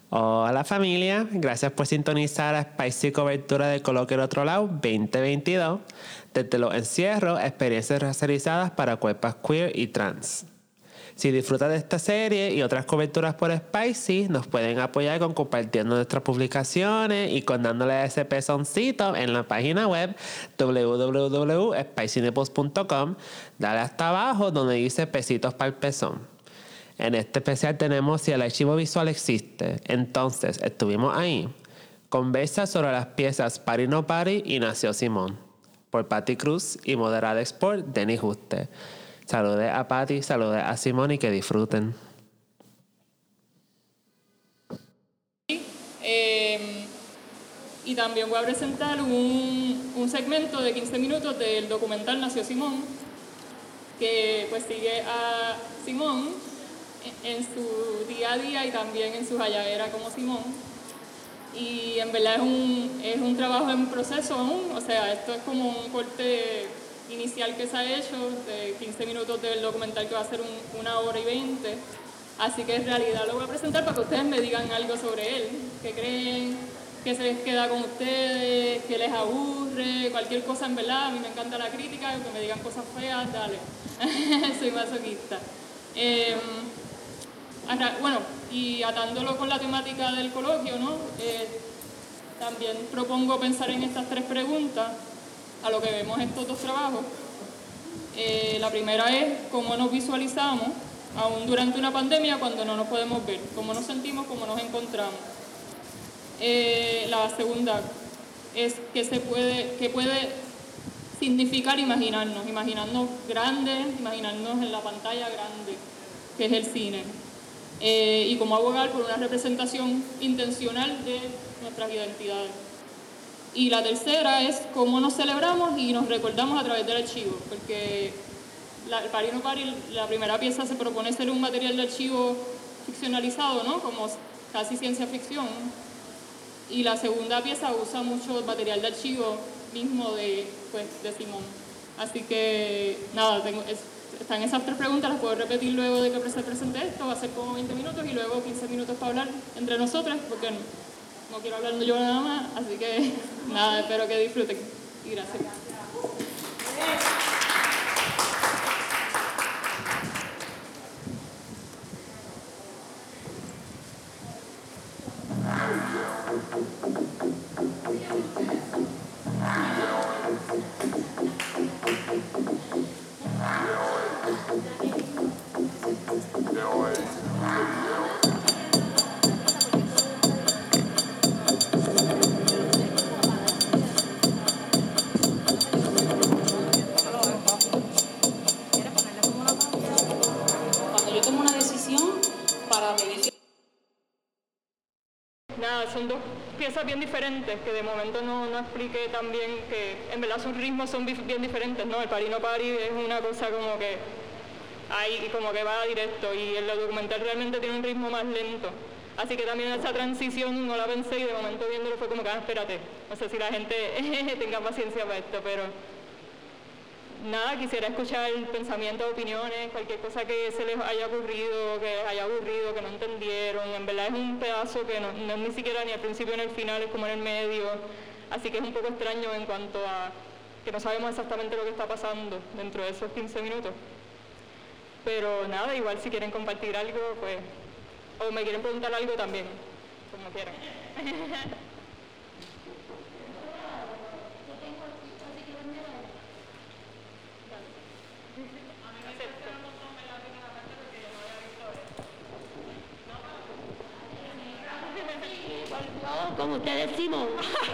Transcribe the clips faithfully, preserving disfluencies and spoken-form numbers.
Hola familia, gracias por sintonizar a Spicy Cobertura de Coloquio del Otro Lado veinte veintidós. Desde los encierros, experiencias racializadas para cuerpos queer y trans. Si disfrutas de esta serie y otras coberturas por Spicy, nos pueden apoyar con compartiendo nuestras publicaciones y con dándole ese pezoncito en la página web doble u doble u doble u punto spicy nipples punto com. Dale hasta abajo donde dice pesitos para el pezón. En este especial tenemos Si el archivo visual existe. Entonces, estuvimos ahí. Conversa sobre las piezas Party No Party y Nació Simón, por Patti Cruz y moderada por Denny Juste. Salude a Patti, salude a Simón y que disfruten. Eh, y también voy a presentar un, un segmento de quince minutos del documental Nació Simón, que pues sigue a Simón en, en su día a día y también en su halladera como Simón. Y en verdad es un, es un trabajo en proceso aún, o sea, esto es como un corte inicial que se ha hecho de quince minutos del documental que va a ser un, una hora y veinte. Así que en realidad lo voy a presentar para que ustedes me digan algo sobre él, qué creen, qué se les queda con ustedes, qué les aburre, cualquier cosa en verdad. A mí me encanta la crítica, que me digan cosas feas, dale, soy masoquista. Eh, bueno, y atándolo con la temática del coloquio, ¿no? Eh, también propongo pensar en estas tres preguntas a lo que vemos estos dos trabajos. Eh, la primera es cómo nos visualizamos aún durante una pandemia cuando no nos podemos ver, cómo nos sentimos, cómo nos encontramos. Eh, la segunda es qué se puede, qué puede significar imaginarnos, imaginarnos grandes, imaginarnos en la pantalla grande, que es el cine. Eh, y cómo abogar por una representación intencional de nuestras identidades. Y la tercera es cómo nos celebramos y nos recordamos a través del archivo, porque la, el Party No Party, la primera pieza se propone ser un material de archivo ficcionalizado, ¿no? Como casi ciencia ficción, y la segunda pieza usa mucho material de archivo mismo de, pues, de Simón. Así que, nada, tengo, es, están esas tres preguntas, las puedo repetir luego de que se presente esto, va a ser como veinte minutos y luego quince minutos para hablar entre nosotras, porque no, no quiero hablar yo nada más, así que nada, espero que disfruten y gracias. Son dos piezas bien diferentes que de momento no, no expliqué tan bien, que en verdad sus ritmos son bien diferentes, ¿no? El Party No Party es una cosa como que ahí como que va directo y el documental realmente tiene un ritmo más lento. Así que también esa transición no la pensé y de momento viéndolo fue como que, ah, espérate, no sé si la gente tenga paciencia para esto, pero nada, quisiera escuchar pensamientos, opiniones, cualquier cosa que se les haya ocurrido, que les haya aburrido, que no entendieron. En verdad es un pedazo que no, no es ni siquiera ni al principio ni al final, es como en el medio. Así que es un poco extraño en cuanto a que no sabemos exactamente lo que está pasando dentro de esos quince minutos. Pero nada, igual si quieren compartir algo, pues, o me quieren preguntar algo también, como quieran. No, como ustedes decimos.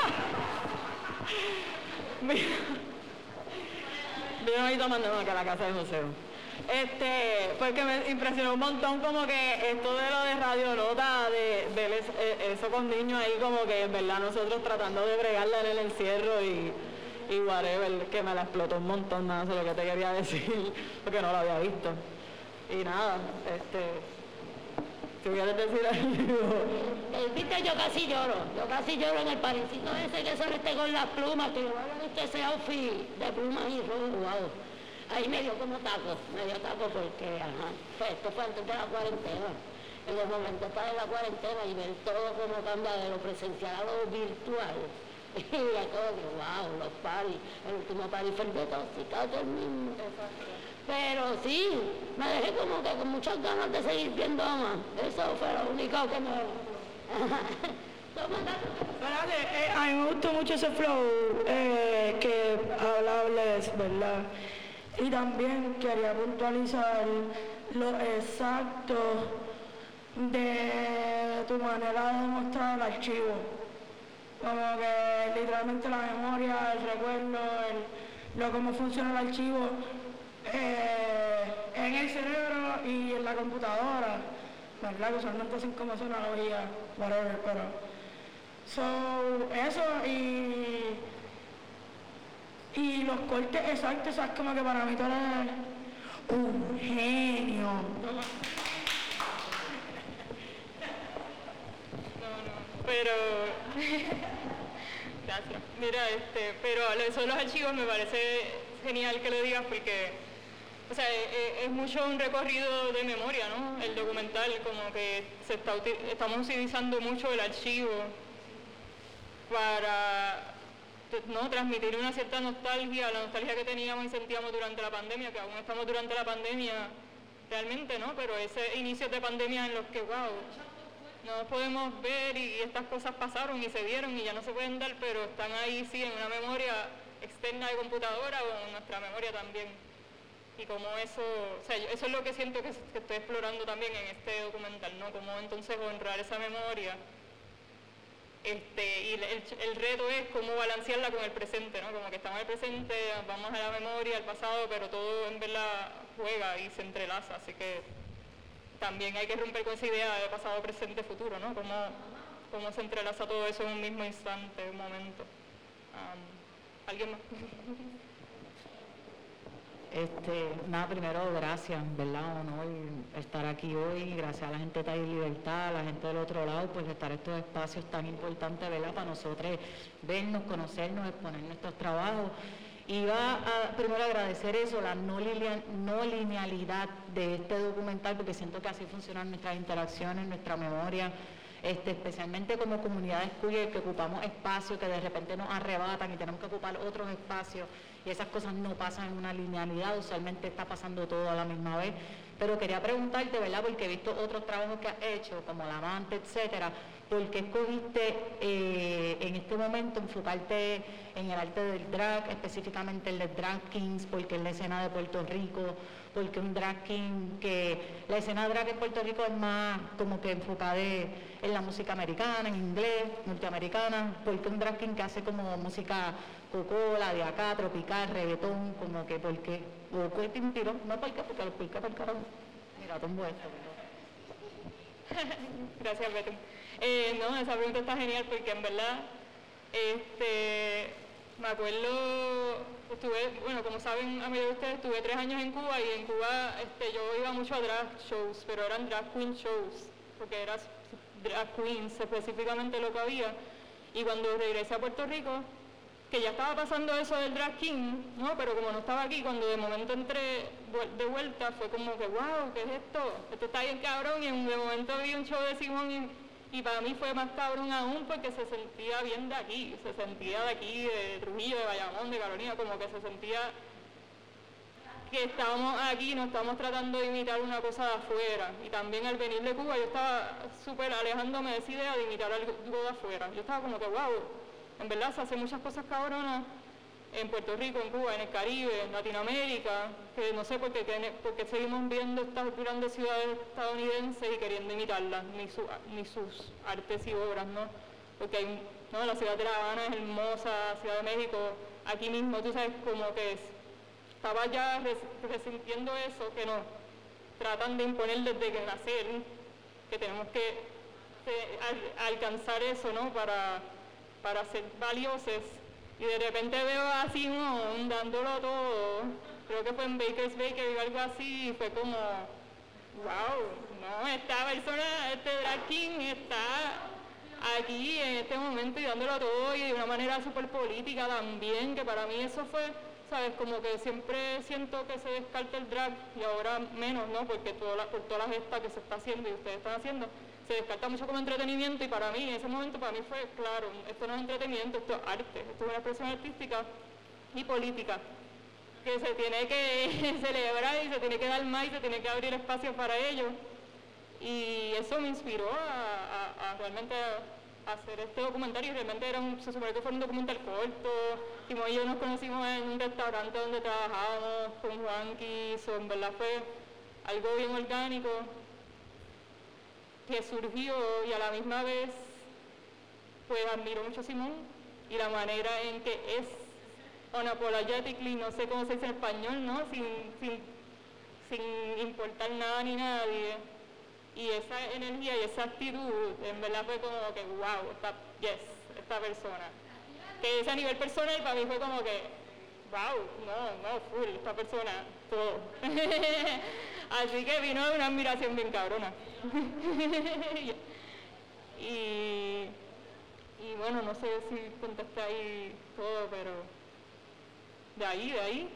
Vino ahí tomando acá a la casa de José. Este, porque me impresionó un montón como que esto de lo de Radio Nota, de, de eso con niños ahí como que en verdad nosotros tratando de bregarla en el encierro y, y whatever, que me la explotó un montón, nada, eso es lo que te quería decir, porque no lo había visto. Y nada, este... ¿Tú quieres decir algo? Eh, Viste, yo casi lloro, yo casi lloro en el parecito ese que se viste con las plumas, que llevaban este ese outfit de plumas y rojo, wow. Ahí me dio como taco, me dio taco porque, ajá, pues esto fue antes de la cuarentena. Y de momento estar en la cuarentena y ver todo cómo cambia de lo presencial a lo virtual. Y era todo, wow, los paris, el último pari fue el de Toxicato, el mismo. Pero sí, me dejé como que con muchas ganas de seguir viendo más. Eso fue lo único que me... Espérate, eh, a mí me gustó mucho ese flow eh, que hablables, ¿verdad? Y también quería puntualizar lo exacto de tu manera de mostrar el archivo. Como que literalmente la memoria, el recuerdo, el, lo cómo funciona el archivo eh, en el cerebro y en la computadora, ¿verdad? Que usualmente hacen como esa analogía, whatever, pero... So, eso y... Y los cortes exactos, ¿sabes? Como que para mí tú eres un genio. No, no, pero... Gracias. Mira, este, pero eso de los archivos me parece genial que lo digas porque, o sea, es, es mucho un recorrido de memoria, ¿no? El documental, como que se está, estamos utilizando mucho el archivo para, ¿no?, transmitir una cierta nostalgia, la nostalgia que teníamos y sentíamos durante la pandemia, que aún estamos durante la pandemia realmente, ¿no? Pero ese inicio de pandemia en los que, wow, no nos podemos ver y estas cosas pasaron y se dieron y ya no se pueden dar, pero están ahí sí en una memoria externa de computadora o en nuestra memoria también. Y como eso, o sea, eso es lo que siento que, que estoy explorando también en este documental, ¿no? Cómo entonces honrar esa memoria. Este, y el, el reto es cómo balancearla con el presente, ¿no? Como que estamos en el presente, vamos a la memoria, al pasado, pero todo en verdad juega y se entrelaza, así que también hay que romper con esa idea de pasado, presente, futuro, ¿no? Cómo, cómo se entrelaza todo eso en un mismo instante, un momento. Um, ¿Alguien más? Este, nada, primero gracias, ¿verdad? Honor estar aquí hoy, gracias a la gente de Taller Libertad, a la gente del otro lado, pues estar en estos espacios tan importantes, ¿verdad? Para nosotros vernos, conocernos, exponer nuestros trabajos. Y va a primero agradecer eso, la no, lineal, no linealidad de este documental, porque siento que así funcionan nuestras interacciones, nuestra memoria, este, especialmente como comunidades queer que ocupamos espacios que de repente nos arrebatan y tenemos que ocupar otros espacios y esas cosas no pasan en una linealidad, usualmente está pasando todo a la misma vez. Pero quería preguntarte, ¿verdad? Porque he visto otros trabajos que has hecho, como La Amante, etcétera. ¿Por qué escogiste eh, en este momento enfocarte en el arte del drag, específicamente el de drag kings, porque es la escena de Puerto Rico, porque un drag king que la escena drag en Puerto Rico es más como que enfocada en la música americana, en inglés, norteamericana, porque un drag king que hace como música cocola, de acá, tropical, reggaetón, como que porque, o qué te inspiró, no porque, porque los picas por carajo. Mira, tumbo esto. Gracias, Beto. Eh, no, esa pregunta está genial porque en verdad, este, me acuerdo, estuve, bueno, como saben a mayoría de ustedes, estuve tres años en Cuba y en Cuba este, yo iba mucho a drag shows, pero eran drag queen shows, porque eran drag queens específicamente lo que había. Y cuando regresé a Puerto Rico, que ya estaba pasando eso del drag king, ¿no? Pero como no estaba aquí, cuando de momento entré de vuelta, fue como que, wow, ¿qué es esto? Esto está bien cabrón, y en de momento vi un show de Simón y, y para mí fue más cabrón aún porque se sentía bien de aquí, se sentía de aquí, de Trujillo, de Bayamón, de Carolina, como que se sentía que estábamos aquí, nos estábamos tratando de imitar una cosa de afuera. Y también al venir de Cuba yo estaba súper alejándome de esa idea de imitar algo de afuera. Yo estaba como que, wow, en verdad se hacen muchas cosas cabronas en Puerto Rico, en Cuba, en el Caribe, en Latinoamérica, que no sé por qué, por qué seguimos viendo estas grandes ciudades estadounidenses y queriendo imitarlas, ni, su, ni sus artes y obras, ¿no? Porque hay, ¿no? La ciudad de La Habana es hermosa, Ciudad de México, aquí mismo, tú sabes cómo que es. Estaba ya res, resintiendo eso, que nos tratan de imponer desde que nacer, que tenemos que, que al, alcanzar eso, ¿no? Para, para ser valiosos. Y de repente veo a Simón dándolo todo, creo que fue en Baker's Bakery o algo así, y fue como, wow, no, esta persona, este drag king está aquí en este momento y dándolo todo y de una manera súper política también, que para mí eso fue ¿sabes? Como que siempre siento que se descarta el drag y ahora menos, ¿no? Porque toda la, por toda la gesta que se está haciendo y ustedes están haciendo, se descarta mucho como entretenimiento y para mí, en ese momento para mí fue claro, esto no es entretenimiento, esto es arte, esto es una expresión artística y política que se tiene que celebrar y se tiene que dar más y se tiene que abrir espacio para ello. Y eso me inspiró a, a, a realmente a hacer este documentario. Realmente era un, se supone que fue un documental corto. Timón y yo nos conocimos en un restaurante donde trabajábamos con Juanqui, so, en verdad fue algo bien orgánico que surgió y a la misma vez pues admiro mucho a Simón y la manera en que es unapologetically, no sé cómo se dice en español, ¿no? Sin, sin, sin importar nada ni nadie. Y esa energía y esa actitud, en verdad fue como que, wow, esta, yes, esta persona. Que es a nivel personal para mí fue como que, wow, no, no, full, esta persona, todo. Así que vino de una admiración bien cabrona. y, y bueno, no sé si contesté ahí todo, pero de ahí, de ahí.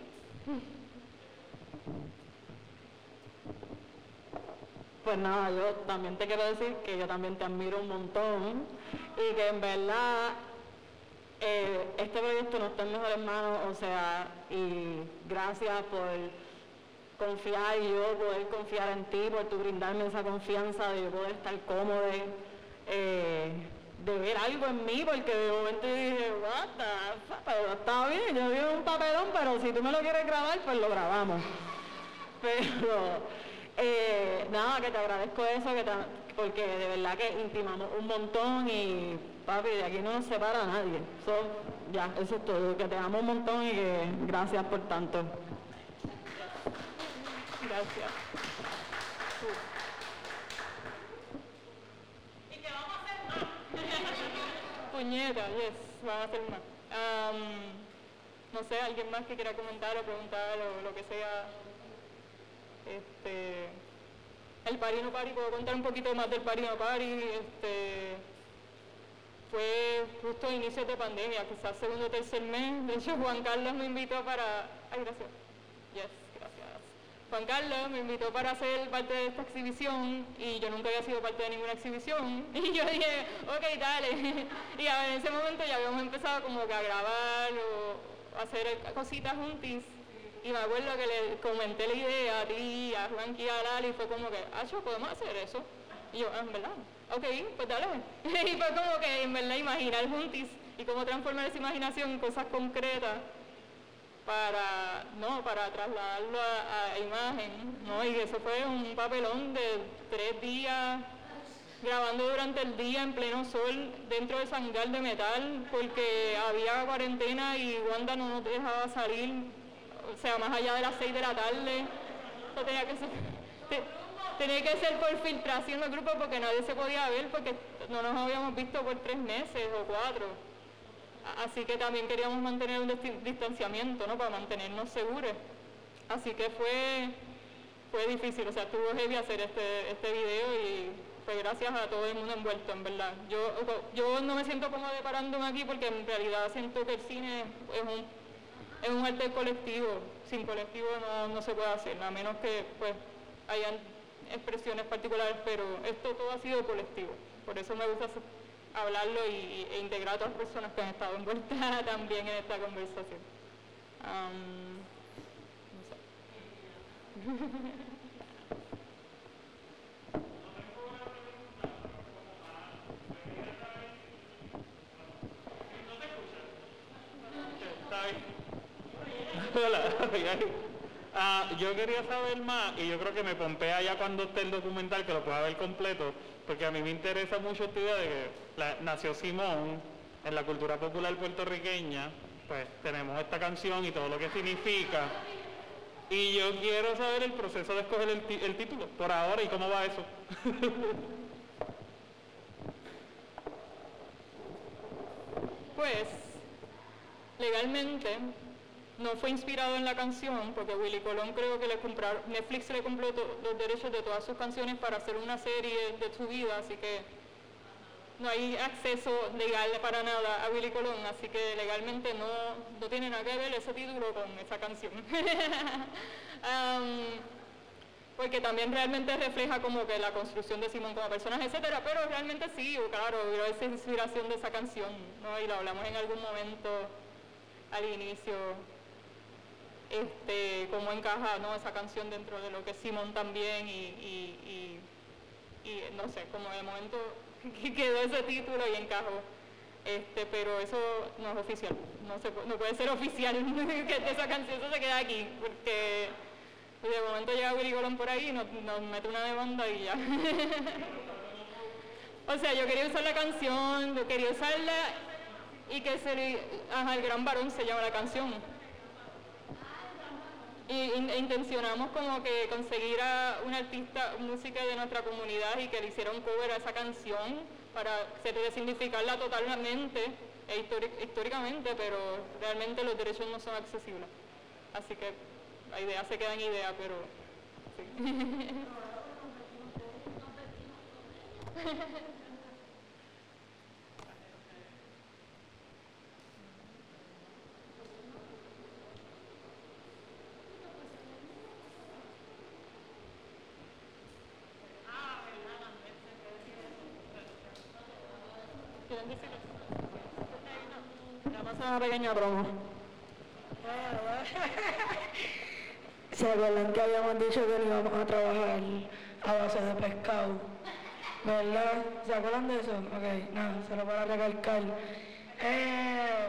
Pues nada, yo también te quiero decir que yo también te admiro un montón y que en verdad eh, este proyecto no está en mejores manos, o sea, y gracias por confiar y yo poder confiar en ti, por tu brindarme esa confianza de yo poder estar cómodo, eh, de ver algo en mí, porque de momento dije, what the fuck, pero está bien, yo vi un papelón, pero si tú me lo quieres grabar, pues lo grabamos. Pero... Eh, nada, que te agradezco eso, que te, porque de verdad que intimamos un montón y papi, de aquí no nos separa a nadie. So, ya, eso es todo, que te amo un montón y que gracias por tanto. Gracias. Y que vamos a hacer más. Puñeta, yes, vamos a hacer más. Um, no sé, alguien más que quiera comentar o preguntar o lo que sea. Este, el Party No Party, puedo contar un poquito más del Party No Party. Este, fue justo a inicios de pandemia, quizás segundo o tercer mes. De hecho, Juan Carlos me invitó para... Ay, gracias. Yes, gracias. Juan Carlos me invitó para ser parte de esta exhibición y yo nunca había sido parte de ninguna exhibición. Y yo dije, ok, dale. Y a ver, en ese momento ya habíamos empezado como que a grabar o a hacer cositas juntis. Y me acuerdo que le comenté la idea a ti, a Juanqui, a Lali, y fue como que, ah, yo podemos hacer eso. Y yo, ah, en verdad, ok, pues dale. Y fue como que, en verdad, imaginar juntis y cómo transformar esa imaginación en cosas concretas para, no, para trasladarlo a, a imagen, ¿no? Y eso fue un papelón de tres días, grabando durante el día en pleno sol, dentro de Sangal de Metal, porque había cuarentena y Wanda no nos dejaba salir. O sea, más allá de las seis de la tarde, eso tenía que ser, te, tenía que ser por filtración del grupo porque nadie se podía ver porque no nos habíamos visto por tres meses o cuatro. Así que también queríamos mantener un distanciamiento, ¿no? Para mantenernos seguros. Así que fue, fue difícil, o sea, estuvo heavy hacer este, este video y fue gracias a todo el mundo envuelto, en verdad. Yo, yo no me siento cómoda parándome aquí porque en realidad siento que el cine es un Es un arte colectivo, sin colectivo no, no se puede hacer, a menos que pues hayan expresiones particulares, pero esto todo ha sido colectivo. Por eso me gusta hablarlo y, e integrar a otras personas que han estado envueltas también en esta conversación. Um, no sé. Está bien. Hola, uh, yo quería saber más y yo creo que me pompea ya cuando esté el documental, que lo pueda ver completo, porque a mí me interesa mucho esta idea de que la, nació Simón en la cultura popular puertorriqueña, pues tenemos esta canción y todo lo que significa, y yo quiero saber el proceso de escoger el, el título, por ahora, y cómo va eso. Pues, legalmente, no fue inspirado en la canción, porque Willy Colón creo que le compraron, Netflix le compró to, los derechos de todas sus canciones para hacer una serie de su vida, así que no hay acceso legal para nada a Willy Colón, así que legalmente no, no tiene nada que ver ese título con esa canción. um, porque también realmente refleja como que la construcción de Simón como personaje, etcétera, pero realmente sí, claro, hubo esa inspiración de esa canción, ¿no? Y lo hablamos en algún momento al inicio, este, cómo encaja, ¿no?, esa canción dentro de lo que es Simón también, y, y, y, y no sé, como de momento quedó ese título y encajó, este, pero eso no es oficial, no, se, no puede ser oficial que esa canción eso se queda aquí, porque de momento llega Willy Colón por ahí y nos, nos mete una demanda y ya. O sea, yo quería usar la canción, yo quería usarla y que se le, ajá, el gran varón se llama la canción. Y in, intencionamos como que conseguir a un artista, música de nuestra comunidad y que le hiciera un cover a esa canción para resignificarla totalmente, e históric, históricamente, pero realmente los derechos no son accesibles. Así que la idea se queda en idea, pero sí. ¿Quieren decir eso? Vamos a una pequeña broma. ¿Se acuerdan que habíamos dicho que no íbamos a trabajar a base de pescado? ¿Verdad? ¿Se acuerdan de eso? Ok, nada, solo para recalcar. Eh,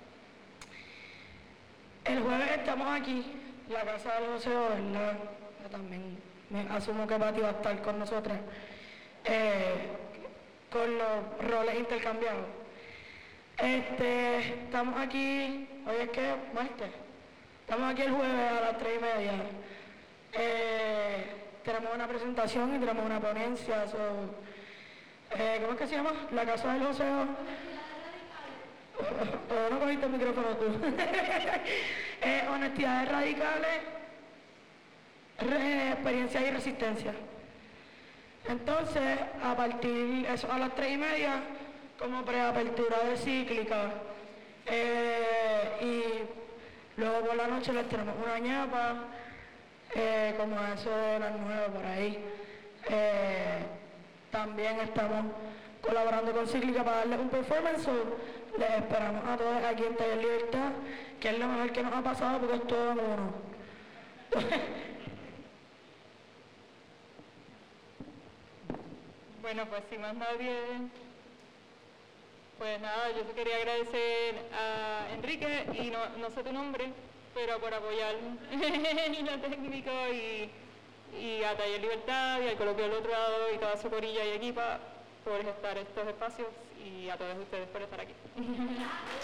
el jueves estamos aquí, la casa del museo, ¿verdad? Yo también me asumo que Pati va a estar con nosotras, eh, con los roles intercambiados. Este, estamos aquí, hoy es que martes. Estamos aquí el jueves a las tres y media. Eh, tenemos una presentación y tenemos una ponencia. So, eh, ¿Cómo es que se llama? La Casa del Joseo. Oh, no cogiste el micrófono tú. eh, honestidades radicales, re, experiencias y resistencia. Entonces, a partir eso a las tres y media, como preapertura de cíclica. Eh, y luego por la noche les tenemos una ñapa, eh, como a eso de las nueve por ahí. Eh, también estamos colaborando con Cíclica para darles un performance. So, les esperamos a todos aquí en Taller Libertad, que es lo mejor que nos ha pasado porque es todo en uno. Bueno, pues sin más nadie, pues nada, yo quería agradecer a Enrique, y no, no sé tu nombre, pero por apoyar en lo técnico, y, y a Taller Libertad, y al Coloquio del Otro Lado, y toda su corilla y equipa, por gestar estos espacios, y a todos ustedes por estar aquí.